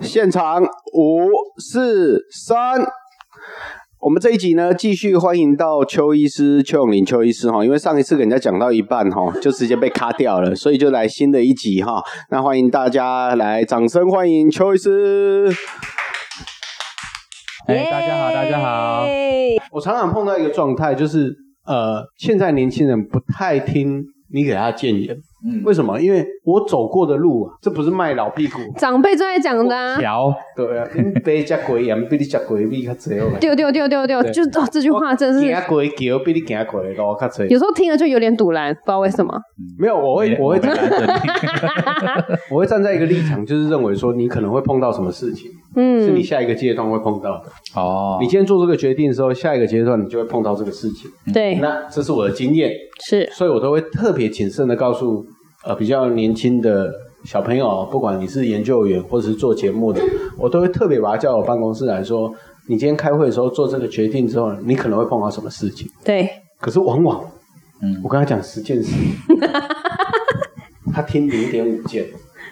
现场5、4、3。我们这一集呢，继续欢迎到邱医师邱永林邱医师哈，因为上一次给人家讲到一半哈，就直接被卡掉了，所以就来新的一集哈。那欢迎大家来，掌声欢迎邱医师。 大家好，大家好。 我常常碰到一个状态，就是现在年轻人不太听你给他建言。为什么？因为我走过的路啊，这不是卖老屁股， 长辈最爱讲的啊。 对啊，你爸吃过盐比你吃过米较多。 对，就这句话真是。 行过桥比你行过的路较多。 有时候听了就有点堵拦，不知道为什么。 没有，我会站在这里，我会站在一个立场，就是认为说你可能会碰到什么事情，是你下一个阶段会碰到的。哦，你今天做这个决定的时候，下一个阶段你就会碰到这个事情。 对， 那这是我的经验， 是， 所以我都会特别谨慎的告诉比较年轻的小朋友，不管你是研究员或者是做节目的，我都会特别把他叫到我办公室来说，你今天开会的时候做这个决定之后，你可能会碰到什么事情。对，可是往往我跟他讲10件事，他听0.5件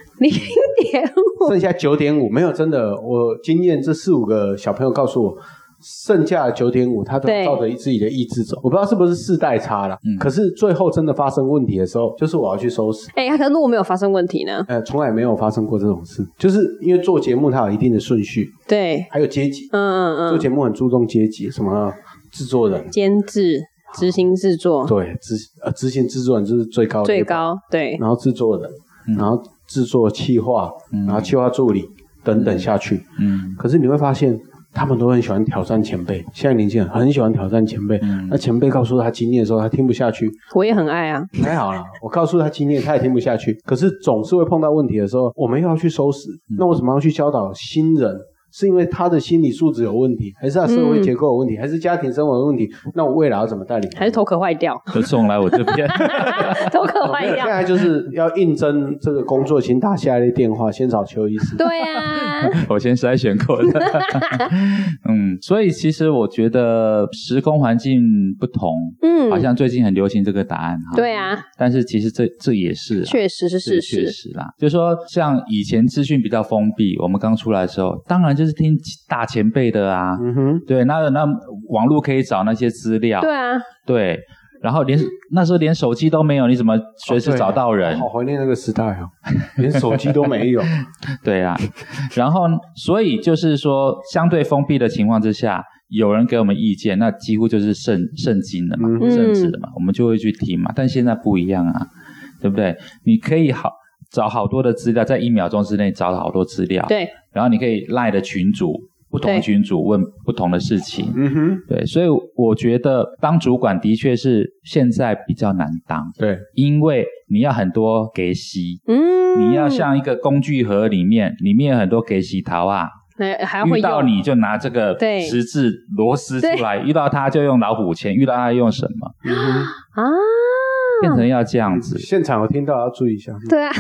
，0.5，剩下9.5没有。真的，我经验这4、5个小朋友告诉我，剩下的9.5他都照着自己的意志走。我不知道是不是世代差啦，可是最后真的发生问题的时候，就是我要去收拾。 可是如果没有发生问题呢？ 从来没有发生过这种事，就是因为做节目它有一定的顺序，对，还有阶级。做节目很注重阶级，什么制作人、 监制、执行制作， 对，执行制作人就是最高， 对， 然后制作人，然后制作企划，然后企划助理等等下去。可是你会发现，他们都很喜欢挑战前辈。现在年轻人很喜欢挑战前辈，那前辈告诉他经验的时候，他听不下去。 我也很爱啊， 还好啦，我告诉他经验，他也听不下去。可是总是会碰到问题的时候，我们又要去收拾。那我怎么样去教导新人？是因为他的心理素质有问题，还是他社会结构有问题，还是家庭生活有问题？那我未来要怎么带领？ 还是头壳坏掉？ 就送来我这边， 头壳坏掉。 现在就是要应征这个工作，请打下列电话，先找邱医师。 对啊， 我先筛选过的。所以其实我觉得时空环境不同，好像最近很流行这个答案哈。 对啊， 但是其实这也是确实是事实， 确实啦。就是说，像以前资讯比较封闭，我们刚出来的时候，当然就是听大前辈的啊。对，那网络可以找那些资料。 对啊， 对。然后那时候连手机都没有，你怎么随时找到人？ 好怀念那个时代哦，连手机都没有。 对啊，然后所以就是说，相对封闭的情况之下，有人给我们意见，那几乎就是圣经的嘛，圣旨的嘛，我们就会去听嘛。但现在不一样啊，对不对？你可以找好多的资料，在1秒钟之内找好多资料。对，然后你可以赖的群组。不同的群组问不同的事情，对，所以我觉得当主管的确是现在比较难当，对，因为你要很多给息，你要像一个工具盒里面有很多给息桃啊， 还会遇到你就拿这个十字螺丝出来，遇到他就用老虎钳，遇到他用什么变成要这样子。 现场有听到要注意一下。 对啊，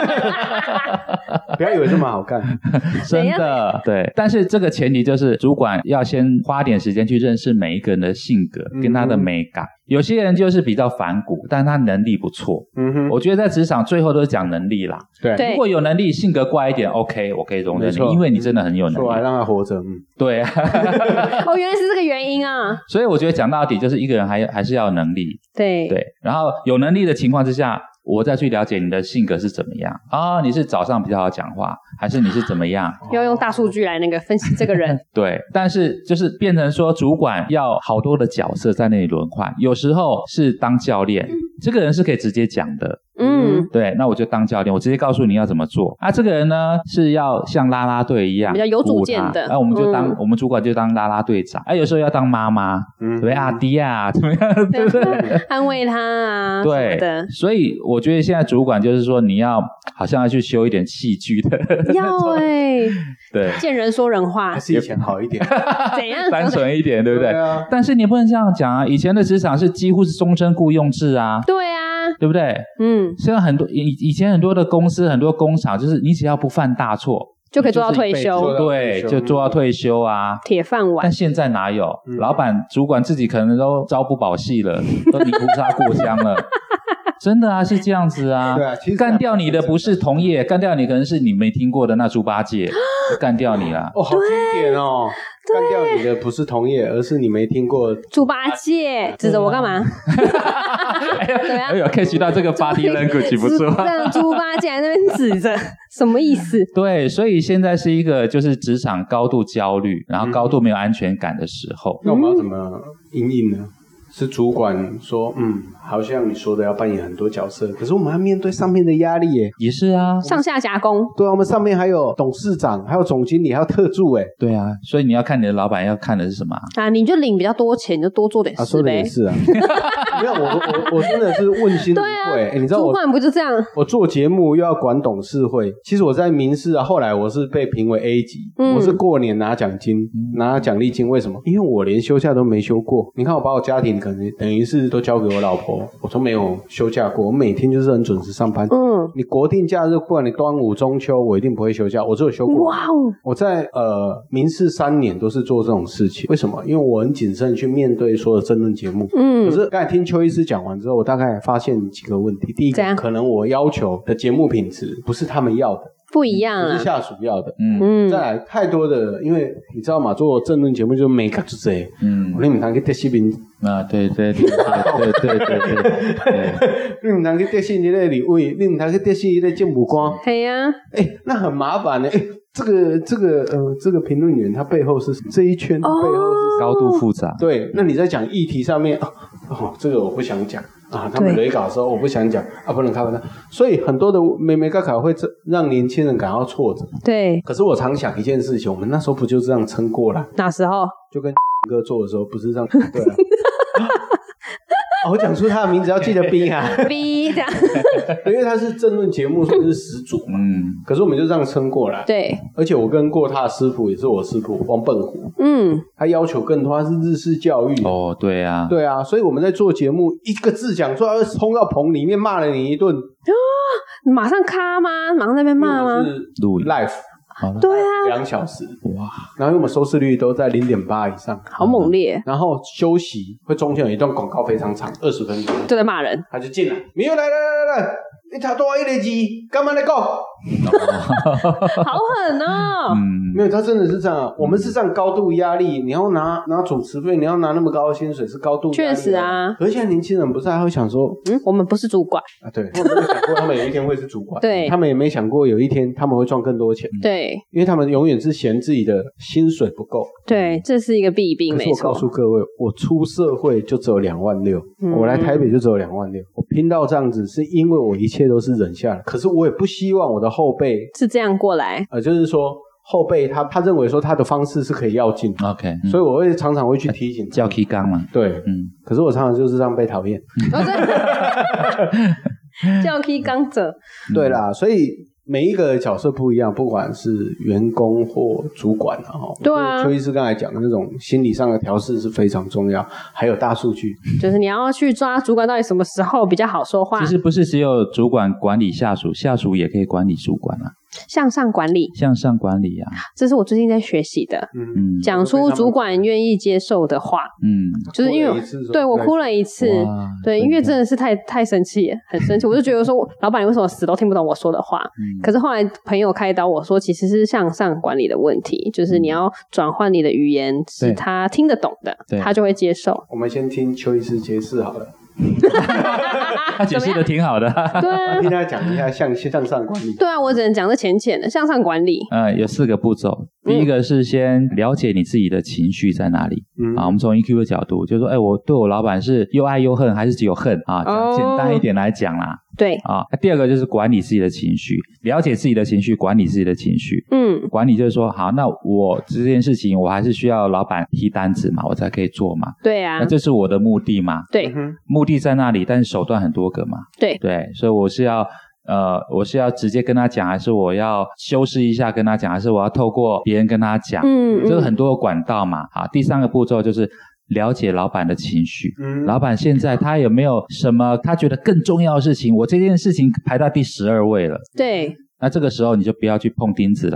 不要以为这么好干， 真的对。但是这个前提就是主管要先花点时间去认识每一个人的性格跟他的美感。有些人就是比较反骨，但他能力不错。我觉得在职场最后都是讲能力啦。对，如果有能力，性格怪一点 ，OK， 我可以容忍你，因为你真的很有能力。 说来让他活着。 对啊。 原来是这个原因啊。 所以我觉得讲到底就是一个人还是要有能力。对，然后有能力的情况之下，我再去了解你的性格是怎么样啊？你是早上比较好讲话，还是你是怎么样？ 要用大数据来那个分析这个人。 对，但是就是变成说，主管要好多的角色在那里轮换，有时候是当教练，这个人是可以直接讲的。对，那我就当教练，我直接告诉你要怎么做。这个人呢是要像啦啦队一样比较有主见的， 我们就当我们主管就当啦啦队长，有时候要当妈妈，对不对？阿弟啊，怎么样？对不对？ 安慰他啊， 对的。所以我觉得现在主管就是说，你要好像要去修一点戏剧的， 要对， 见人说人话， 还是以前好一点， 怎样单纯一点，对不对？ 对啊。 但是你不能这样讲啊，以前的职场是几乎是终身雇佣制啊， 对啊， 对不对？现在很多以前很多的公司很多工厂，就是你只要不犯大错就可以做到退休， 对，就做到退休啊， 铁饭碗。 但现在哪有？老板主管自己可能都朝不保夕了，都泥菩萨过江了。 真的啊，是这样子啊。 对啊，其实干掉你的不是同业，干掉你可能是你没听过的那猪八戒，就干掉你了。 哦，好经典哦。干掉你的不是同业，而是你没听过猪八戒，指着我干嘛？ 哎呦 catch 到这个 body language 不错。 猪八戒在那边指着，什么意思？ 对，所以现在是一个就是职场高度焦虑，然后高度没有安全感的时候。 那我们要怎么因应呢？是主管说，好像你说的要扮演很多角色，可是我们要面对上面的压力耶。 也是啊， 上下夹攻。 对啊，我们上面还有董事长，还有总经理，还有特助哎。 对啊，所以你要看你的老板要看的是什么啊？你就领比较多钱，你就多做点事呗。 说的也是啊。没有，我真的是问心无愧。你知道主管不就这样？ 我做节目又要管董事会，其实我在民视啊，后来我是被评为 A 级，我是过年拿奖金，拿奖励金。为什么？因为我连休假都没休过。你看我把我家庭可能等于是都交给我老婆，我都没有休假过，我每天就是很准时上班。你国定假日，不管你端午、中秋，我一定不会休假，我只有休过。 哇哦！ 我在民视3年都是做这种事情。为什么？因为我很谨慎去面对所有政论节目。可是刚才听邱医师讲完之后，我大概发现几个问题。第一个，可能我要求的节目品质不是他们要的。 不一样啊， 不是下属要的。再来太多的，因为你知道嘛，做政论节目就每个就这样。我你们谈去得西宾啊，对， 你们谈去得西那个李伟，你们谈去得西那政务官。 对呀， 那很麻烦呢。这个评论员他背后是这一圈背后是高度复杂。 对，那你在讲议题上面，这个我不想讲。他们雷稿的时候我不想讲不能开玩笑，所以很多的眉角角会让年轻人感到挫折。 对， 可是我常想一件事情，我们那时候不就这样撑过来？ 哪时候？ 就跟哥做的时候不是这样对啊。我讲出他的名字要记得逼啊逼的。 因为他是政论节目算是始祖嘛。可是我们就这样撑过来。 对， 而且我跟过他的师傅也是我师傅王笨虎。他要求更多，他是日式教育。 哦，对啊， 对啊，所以我们在做节目，一个字讲出来会冲到棚里面骂了你一顿。 马上咔吗？马上在那边骂吗？ 是录 live。 对啊， 2小时哇！然后我们收视率都在 0.8 以上， 好猛烈。 然后休息会中间有一段广告非常长，20分钟， 就在骂人。 他就进来，没有来，你查多少一个字，干嘛来讲？ 好狠哦！ 没有，他真的是这样啊。我们是这样高度压力，你要拿主持费，你要拿那么高的薪水，是高度压力。确实啊。而现在年轻人不是还会想说， 我们不是主管啊？对，他们没有想过他们有一天会是主管。 对， 他们也没想过有一天他们会赚更多钱。 对， 因为他们永远是嫌自己的薪水不够。 对，这是一个弊病，没错。 可是我告诉各位，我出社会就只有26000，我来台北就只有26000，我拼到这样子是因为我一切都是忍下来。可是我也不希望我的后辈是这样过来， 就是说后辈他认为说他的方式是可以要进 ，OK， 所以我会常常会去提醒叫 K 刚嘛， 对，可是我常常就是这样被讨厌， 叫 K 刚者， 对啦，所以每一个角色不一样，不管是员工或主管对啊， 邱医师刚才讲的那种心理上的调试是非常重要，还有大数据， 就是你要去抓主管到底什么时候比较好说话。 其实不是只有主管管理下属，下属也可以管理主管啊。 向上管理， 向上管理啊， 这是我最近在学习的。讲出主管愿意接受的话。就是因为对我哭了一次，对，因为真的是太生气，很生气，我就觉得说，老板你为什么死都听不懂我说的话？可是后来朋友开导我说，其实是向上管理的问题，就是你要转换你的语言，是他听得懂的，他就会接受。 我们先听邱医师解释好了。 他解释的挺好的。 对啊， 听他讲一下向上管理。 对啊，我只能讲这浅的向上管理。 有4个步骤。第一个是先了解你自己的情绪在哪里。我们从 EQ 的角度，就是说，我对我老板是又爱又恨，还是只有恨啊？讲简单一点来讲啦。 对啊，第二个就是管理自己的情绪，了解自己的情绪，管理自己的情绪。管理就是说，好，那我这件事情我还是需要老板批单子嘛，我才可以做嘛。 对啊， 那这是我的目的嘛。 对， 目的在那里，但是手段很多个嘛。 对， 所以我是要直接跟他讲，还是我要修饰一下跟他讲，还是我要透过别人跟他讲？这个很多管道嘛。好，第3个步骤就是了解老板的情绪。老板现在他有没有什么他觉得更重要的事情？我这件事情排到第12位了。 对， 那这个时候你就不要去碰钉子啦。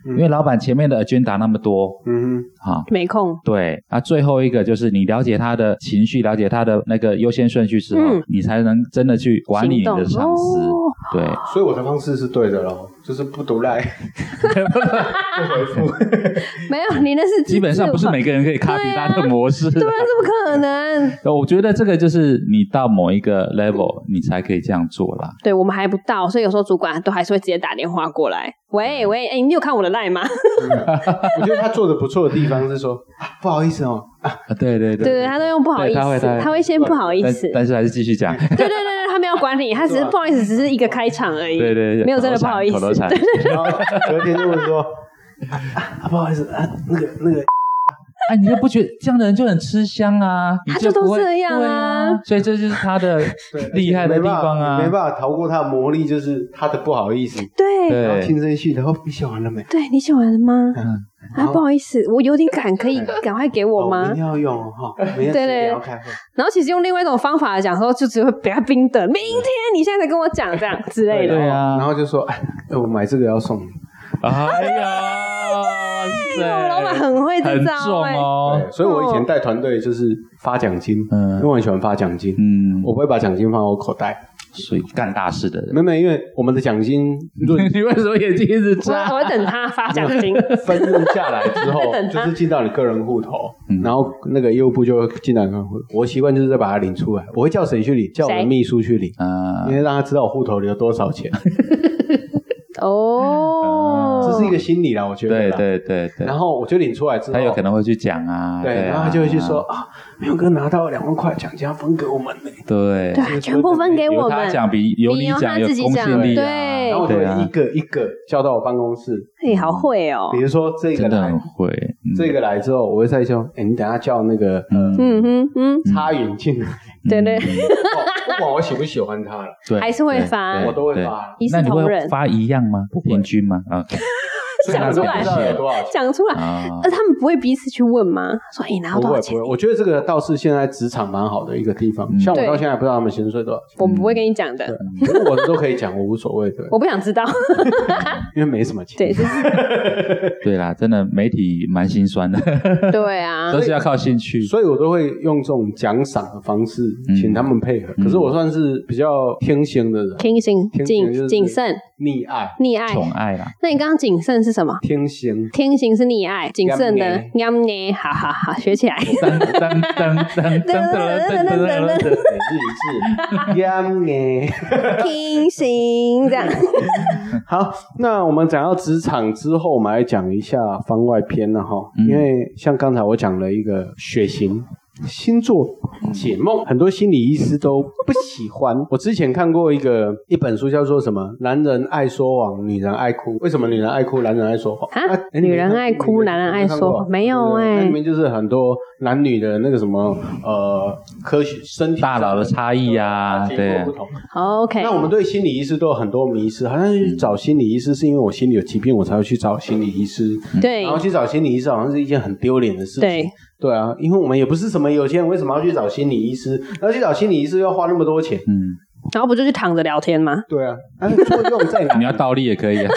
因为老板前面的 agenda 那么多， 没空。 对，最后一个就是你了解他的情绪，了解他的那个优先顺序之后，你才能真的去管理你的上司。对， 所以我的方式是对的咯，就是不读赖，不回复。 没有，你那是基本上不是每个人可以 copy 他的模式。 对啊，怎么可能？ 我觉得这个就是你到某一个 level， 你才可以这样做啦。 对，我们还不到，所以有时候主管都还是会直接打电话过来。喂，你有看我的 line 吗？ 我觉得他做的不错的地方是说，不好意思哦。 对， 他都用不好意思，他会先不好意思， 但是还是继续讲。 对，他没有管你，他只是不好意思，只是一个开场而已。 对， 没有真的不好意思。 然后隔天就会说，不好意思那个。 你就不觉得这样的人就很吃香啊？ 他就都这样啊， 所以这就是他的厉害的地方啊， 没办法逃过他的魔力，就是他的不好意思。 对， 然后轻声细语，你写完了没？ 对，你写完了吗？不好意思，我有点赶，可以赶快给我吗？ 一定要用明天要开会。 然后其实用另外一种方法来讲说，就只会比较冰的，明天你现在才跟我讲这样之类的。 对啊， 然后就说，我买这个要送你。 哎呀， 我老板很会这招， 很重哦。 所以我以前带团队就是发奖金，因为我很喜欢发奖金，我不会把奖金放我口袋。 所以干大事的人， 没，因为我们的奖金， 你为什么眼睛一直眨？ 我会等他发奖金， 分润下来之后，就是进到你个人户头，然后那个业务部就会进到你个人户头。我习惯就是再把它领出来，我会叫谁去领？叫我的秘书去领，因为让他知道我户头里有多少钱。这是一个心理啦，我觉得。 对。 然后我就领出来之后， 他有可能会去讲啊， 对，然后他就会去说没有哥拿到2万块奖金，分给我们呢。 对， 全部分给我们。 他讲比有你讲有公信力。 对， 然后我就一个一个叫到我办公室。 好会哦。 比如说这个来， 真的很会。 这个来之后，我会再说，你等一下叫那个插云进来。 对， 不管我喜不喜欢他了， 对， 还是会发， 我都会发。 一视同仁。 那你会发一样吗？平均吗？ 讲出来，讲出来。他们不会彼此去问吗？说拿到多少钱？ 我觉得这个倒是现在职场蛮好的一个地方。像我到现在不知道他们薪水多少钱， 我不会跟你讲的。 我都可以讲，我无所谓的。 我不想知道， 因为没什么钱。 对， 对啦，真的媒体蛮心酸的。 对啊， 都是要靠兴趣， 所以我都会用这种奖赏的方式请他们配合。可是我算是比较天性的人， 天性谨慎、 溺爱、 宠爱啦。 那你刚刚谨慎是什么？ 天性是溺爱，谨慎的好，学起来。天性这样。 好，那我们讲到职场之后，我们来讲一下番外篇了哈。因为像刚才我讲了一个血型星座解梦，很多心理医师都不喜欢。我之前看过一本书，叫做什么？男人爱说谎，女人爱哭。为什么女人爱哭，男人爱说谎？ 女人爱哭，男人爱说谎？没有那里面就是很多男女的那个什么科学身体大脑的差异啊，对。 不同。 OK。 那我们对心理医师都有很多迷思，好像去找心理医师是因为我心里有疾病，我才会去找心理医师。 对。 然后去找心理医师好像是一件很丢脸的事情。对啊，因为我们也不是什么有钱人，为什么要去找心理医师？然后去找心理医师要花那么多钱， 然后不就去躺着聊天吗？ 对啊，作用在哪？ 你要倒立也可以啊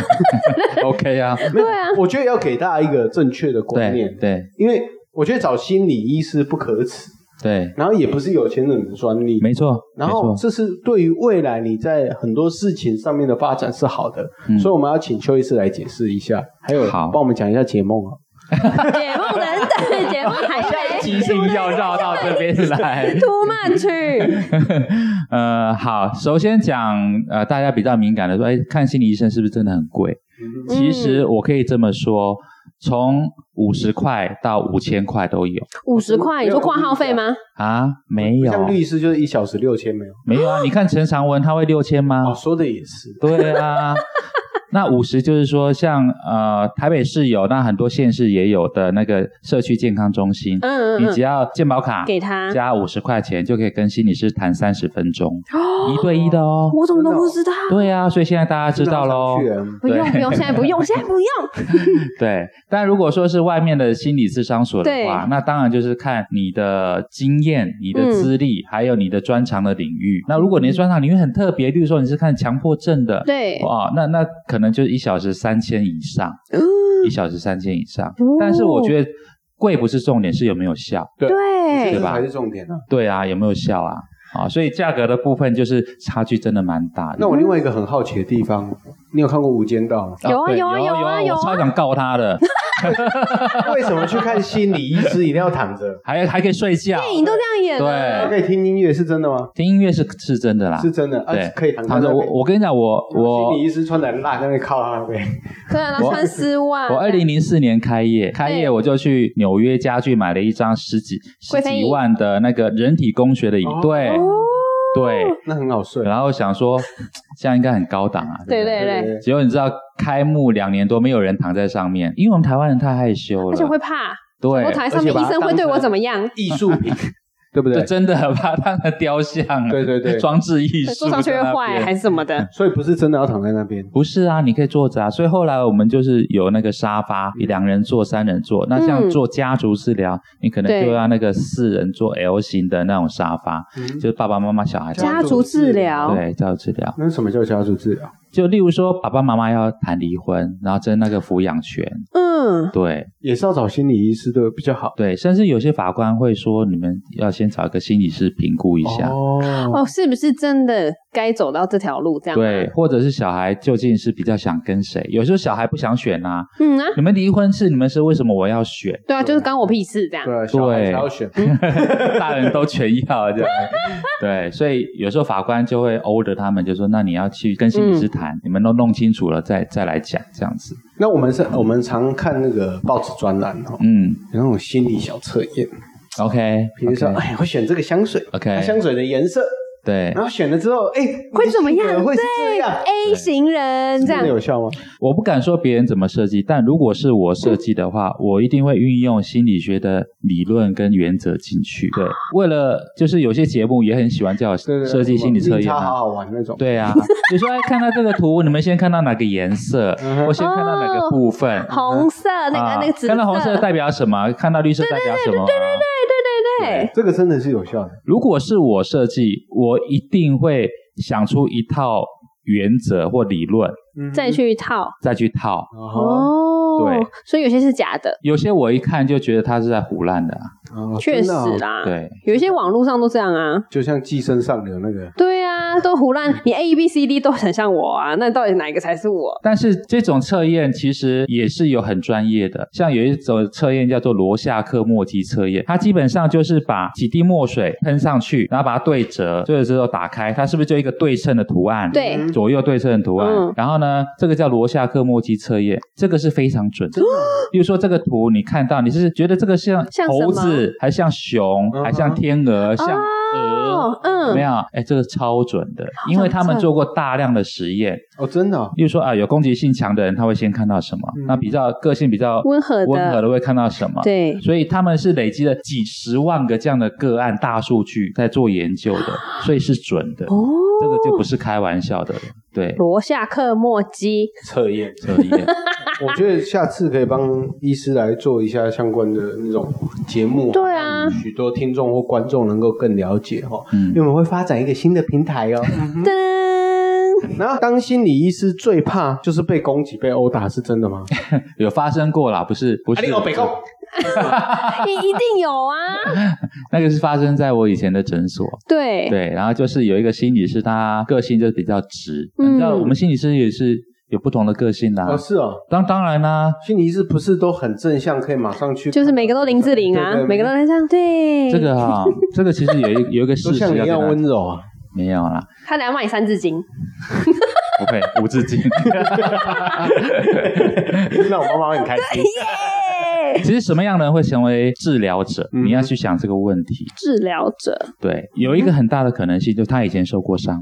，OK 啊， 对啊， 我觉得要给大家一个正确的观念， 对， 因为我觉得找心理医师不可耻， 对， 然后也不是有钱人的专利， 没错， 然后这是对于未来你在很多事情上面的发展是好的，所以我们要请邱医师来解释一下，还有帮我们讲一下解梦啊。 解梦等等，解梦还下一集是要绕到这边来 ，too much。 好，首先讲大家比较敏感的说，看心理医生是不是真的很贵？其实我可以这么说，从50块到5000块都有。 50块，你说挂号费吗？ 没有。 像律师就是1小时6000没有？ 没有啊，你看陈长文他会6000吗？ 说的也是。 对啊。那50就是说像台北市有，那很多县市也有的那个社区健康中心，你只要健保卡给他加 50块钱就可以跟心理师谈30分钟，1对1的哦。 我怎么都不知道。对啊，所以现在大家知道咯。 不用，现在不用。 对，但如果说是外面的心理咨商所的话，那当然就是看你的经验、你的资历，还有你的专长的领域。那如果你的专长领域很特别，例如说你是看强迫症的， 对， 那可能能就是1小时3000以上，1小时3000以上。但是我觉得贵不是重点，是有没有效， 对吧？才是重点啊。 对啊，有没有效啊？所以价格的部分就是差距真的蛮大的。 那我另外一个很好奇的地方，你有看过《无间道》吗？ 有我超想告他的。 为什么去看心理医师一定要躺着？ 还可以睡觉？ 电影都这样演对， 还可以听音乐，是真的吗？ 听音乐是真的啦， 是真的。 对， 可以躺着。 我跟你讲，我心理医师穿的很辣，在那边靠他那边。 对啊，他穿丝袜。 我2004年开业我就去纽约家具买了一张十几万的那个人体工学的椅，对， 那很好睡。 然后想说这样应该很高档啊， 对。 结果你知道开幕2年多没有人躺在上面，因为我们台湾人太害羞了， 而且会怕。 对， 我躺在上面，医生会对我怎么样？ 艺术品。对不对？ 真的把它当成雕像， 对， 装置艺术， 坐上去会坏还是什么的？ 所以不是真的要躺在那边， 不是啊，你可以坐着啊。所以后来我们就是有那个沙发，2人坐、3人坐。那像做家族治疗，你可能就要那个4人坐 L 型的那种沙发，就是爸爸妈妈、小孩。 家族治疗， 对，家族治疗。 那什么叫家族治疗？ 就例如说，爸爸妈妈要谈离婚，然后争那个抚养权。对， 也是要找心理医师的比较好。 对，甚至有些法官会说，你们要先找一个心理师评估一下。 是不是真的该走到这条路这样？ 对，或者是小孩究竟是比较想跟谁？有时候小孩不想选啊。你们离婚是你们是为什么我要选？ 对啊，就是干我屁事这样。 对，小孩才要选， 大人都全要这样。对，所以有时候法官就会 order 他们，就说那你要去跟心理师谈，你们都弄清楚了再来讲这样子。 那我们常看那个报纸专栏有那种心理小测验。 OK， 比如说，我选这个香水 ，OK， 香水的颜色。 对， 然后选了之后， 会怎么样？ 会是这样 A 型人这样， 真的有效吗？ 我不敢说别人怎么设计，但如果是我设计的话，我一定会运用心理学的理论跟原则进去。对，为了就是有些节目也很喜欢叫设计心理测验， 好好玩那种。 对啊，比如说看到这个图，你们先看到哪个颜色，或先看到哪个部分？ 红色那个紫色， 看到红色代表什么？看到绿色代表什么？ 对， 这个真的是有效的。 如果是我设计，我一定会想出一套原则或理论， 再去套。 对， 所以有些是假的， 有些我一看就觉得他是在唬烂的。 确实啦， 对， 有一些网络上都这样啊， 就像寄生上流那个。 对啊，都唬烂，你 A、B、C、D 都很像我啊，那到底哪一个才是我？ 但是这种测验其实也是有很专业的，像有一种测验叫做罗夏克墨迹测验，它基本上就是把几滴墨水喷上去，然后把它对折，对折之后打开，它是不是就一个对称的图案？ 对， 左右对称的图案。然后呢，这个叫罗夏克墨迹测验，这个是非常准的。比如说这个图你看到，你是觉得这个像猴子，还像熊，还像天鹅，像鹅，有没有？这个超准的，因为他们做过大量的实验。 真的。 例如说有攻击性强的人，他会先看到什么？那比较个性比较温和的会看到什么？ 对， 所以他们是累积了几十万个这样的个案大数据在做研究的，所以是准的。这个就不是开玩笑的了。对， 罗夏克墨迹测验。我觉得下次可以帮医师来做一下相关的那种节目。 对啊， 许多听众或观众能够更了解因为我们会发展一个新的平台哦。然后当心理医师最怕就是被攻击、被殴打，是真的吗？ 有发生过啦，不是。 你有被攻？ 一定有啊。 那个是发生在我以前的诊所。 对， 然后就是有一个心理师，他个性就比较直。你知道我们心理师也是有不同的个性啦。 是哦。 当然啦， 心理医师不是都很正向，可以马上去， 就是每个都林志玲啊，每个都这样。对， 这个这个其实有一个事实要跟他， 都像你一样温柔啊。 没有啦， 他来骂你3字经。 不会5字经。 那我妈妈很开心。 其实什么样的人会成为治疗者？你要去想这个问题。 治疗者， 对，有一个很大的可能性，就是他以前受过伤。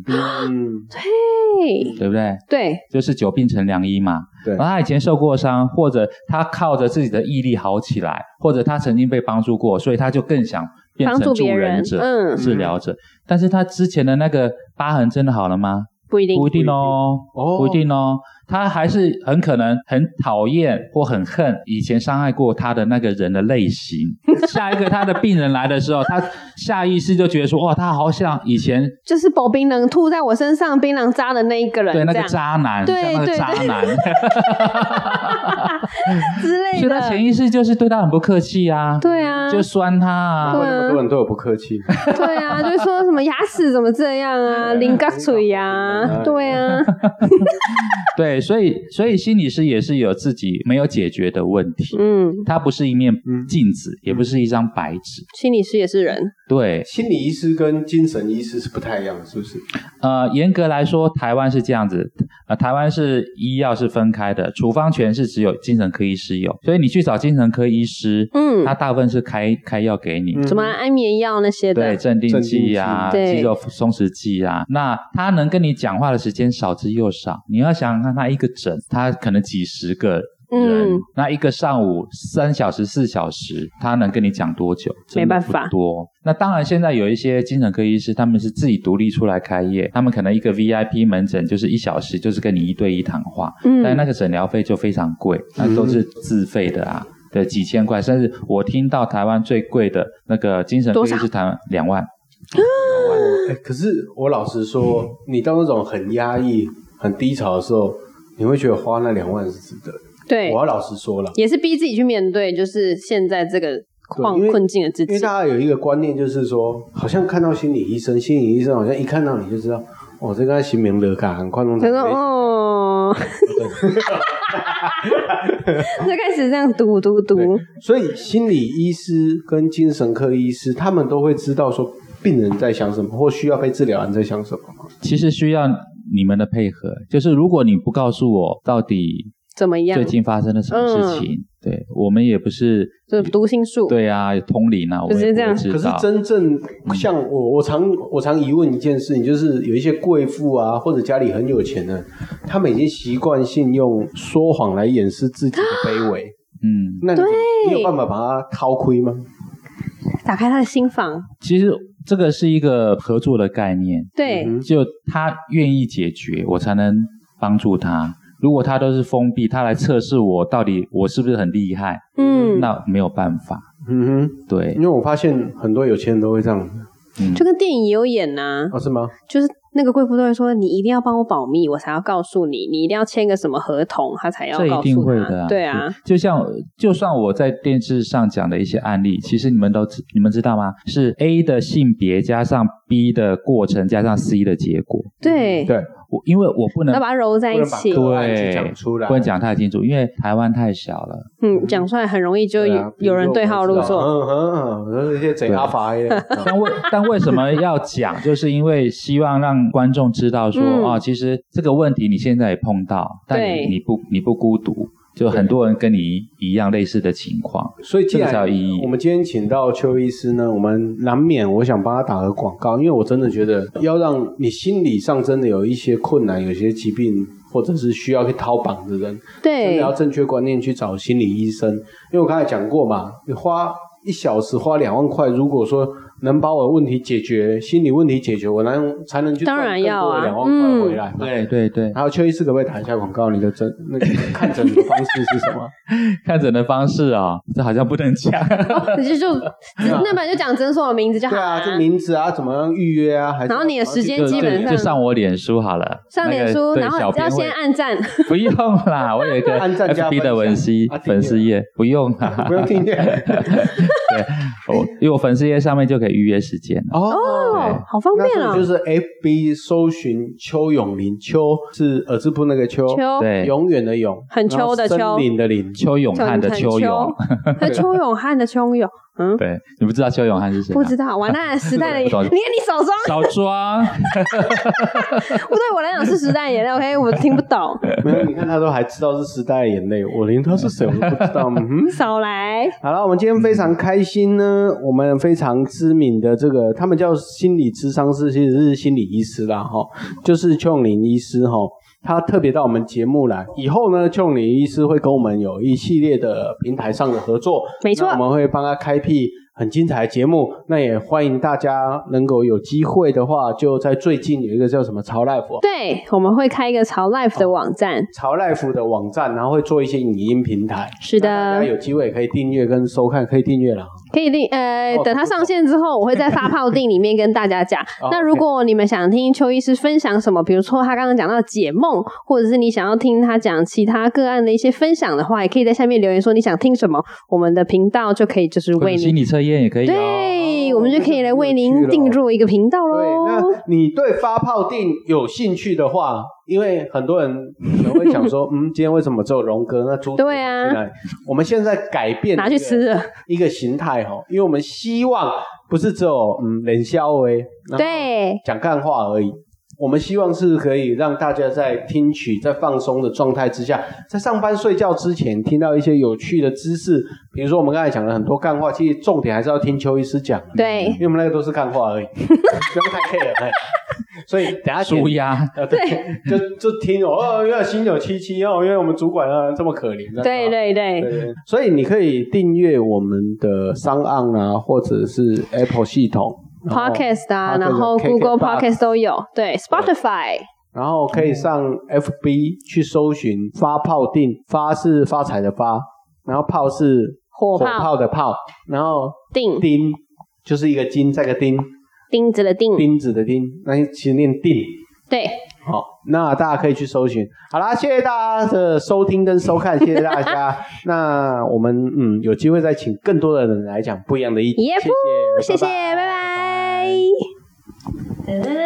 对不对？ 对， 就是久病成良医嘛。 对， 然后他以前受过伤，或者他靠着自己的毅力好起来，或者他曾经被帮助过，所以他就更想变成助人者、治疗者。但是他之前的那个疤痕真的好了吗？ 不一定哦，不一定哦。 他还是很可能很讨厌或很恨以前伤害过他的那个人的类型。下一个他的病人来的时候，他下意识就觉得说，哇，他好像以前就是保槟榔吐在我身上，槟榔渣的那一个人， 对，那个渣男， 对， 像那个渣男之类的， 所以他潜意识就是对他很不客气啊， 对啊， 就酸他啊， 那么多人都有不客气， 对啊，就说什么牙齿怎么这样啊，零角嘴呀，对啊， 对，所以心理师也是有自己没有解决的问题，他不是一面镜子，也不是一张白纸， 心理师也是人， 对， 心理医师跟精神医师是不太一样的，是不是？ 严格来说，台湾是这样子，台湾是医药是分开的，处方权是只有精神科医师有，所以你去找精神科医师，他大部分是开药给你， 什么安眠药那些的， 对，镇定剂啊，肌肉松弛剂啊，那他能跟你讲话的时间少之又少，你要想看他一个诊，他可能几十个人，那一个上午3小时4小时，他能跟你讲多久？ 没办法， 不多。那当然，现在有一些精神科医师，他们是自己独立出来开业，他们可能一个 VIP 门诊就是1小时，就是跟你1对1谈话，但那个诊疗费就非常贵，那都是自费的啊，对，几千块，甚至我听到台湾最贵的那个精神科医师谈2万。 可是我老实说，你到那种很压抑、很低潮的时候，你会觉得花那2万是值得的。 对， 我要老实说了， 也是逼自己去面对，就是现在这个困境的自己。 因为大家有一个观念，就是说，好像看到心理医生好像一看到你就知道，哦，这个心明乐感很宽容。 他说，哦，就开始这样读。 所以心理医师跟精神科医师，他们都会知道说病人在想什么，或需要被治疗人在想什么吗？ 其实需要你们的配合，就是如果你不告诉我到底怎么样， 最近发生了什么事情，对，我们也不是就读心术， 对啊，通灵啊， 就是这样。 可是真正像我常疑问一件事情，就是有一些贵妇啊，或者家里很有钱的，他们已经习惯性用说谎来掩饰自己的卑微，那你有办法把它掏亏吗？ 打开他的心房， 其实这个是一个合作的概念， 对， 就他愿意解决，我才能帮助他。如果他都是封闭，他来测试我到底我是不是很厉害，那没有办法，对， 因为我发现很多有钱人都会这样， 就跟电影也有演啊， 是吗？ 就是那个贵妇都会说，你一定要帮我保密，我才要告诉你，你一定要签个什么合同，他才要告诉他。 这一定会的， 对啊， 就算我在电视上讲的一些案例，其实你们知道吗？是 A 的性别加上 B 的过程加上 C 的结果， 对。 因为我不能要把它揉在一起， 对， 讲出来， 不能讲太清楚，因为台湾太小了， 讲出来很容易就有人对号入座， 一些贼阿法耶。 但为什么要讲？就是因为希望让观众知道说，其实这个问题你现在也碰到，但你不孤独。就很多人跟你一样类似的情况， 所以既然我们今天请到邱医师呢，我们难免我想帮他打个广告，因为我真的觉得要让你心理上真的有一些困难，有些疾病或者是需要去掏绑的人， 对， 真的要正确观念去找心理医生。因为我刚才讲过嘛，你花1小时花2万块，如果说能把我的问题解决，心理问题解决，我才能去赚更多的2万块回来嘛。 对。 还有邱医师可不可以谈一下广告？你的那个看诊的方式是什么？ 看诊的方式啊，这好像不能讲。 那本来就讲诊所的名字就好了。 对啊，这名字啊，怎么样预约啊？ 然后你的时间基本上就上我脸书好了。 上脸书，然后要先按赞。 不用啦，我有一个 FB 的粉丝页，不用啦， 不用订阅。 对，因为我粉丝页上面就可以预约时间哦，好方便哦。 就是 FB 搜寻邱永林，邱是耳字部那个邱， 对， 永远的永， 很秋的秋， 森林的林， 邱永汉的邱永， 邱永汉的邱永。 对，你不知道邱永汉是谁？ 不知道，完蛋，时代的眼泪，你看你少装，不对我来讲是时代的眼泪 ，OK， 我听不懂。 没有，你看他都还知道是时代的眼泪，我连他是谁我都不知道。 少来。 好了，我们今天非常开心呢，我们非常知名的这个，他们叫心理咨商师，其实是心理医师啦，就是邱永林医师他特别到我们节目来，以后呢，邱永林医师会跟我们有一系列的平台上的合作， 没错， 我们会帮他开辟很精彩的节目。那也欢迎大家能够有机会的话，就在最近有一个叫什么潮 Life， 对，我们会开一个潮 Life 的网站， 潮 Life 的网站，然后会做一些影音平台。 是的， 大家有机会可以订阅跟收看，可以订阅了。 可以等它上线之后，我会在发泡定里面跟大家讲。那如果你们想听邱医师分享什么，比如说他刚刚讲到解梦，或者是你想要听他讲其他个案的一些分享的话，也可以在下面留言说你想听什么，我们的频道就可以就是为你心理测验也可以。 对，我们就可以来为您订入一个频道咯。 对，那你对发泡定有兴趣的话，因为很多人可能会想说今天为什么只有荣哥，那猪对啊， 我们现在改变拿去吃了一个形态因为我们希望不是只有冷笑话， 对， 讲干话而已。我们希望是可以让大家在听取在放松的状态之下，在上班睡觉之前听到一些有趣的知识。比如说我们刚才讲了很多干话，其实重点还是要听邱医师讲， 对， 因为我们那个都是干话而已，不用太 care。所以等下舒压， 对，就听原来心有戚戚因为我们主管这么可怜， 对对对对， 所以你可以订阅我们的SoundOn啊，或者是 Apple 系统。 Podcast 啊，然后 Google Podcast 都有，对 Spotify， 然后可以上 FB 去搜寻发泡定，发是发财的发，然后泡是火炮的炮，然后定就是一个金再个钉子的钉， 那其实念定， 对， 好，那大家可以去搜寻。好啦，谢谢大家的收听跟收看，谢谢大家。那我们有机会再请更多的人来讲不一样的意见， 谢谢，拜拜。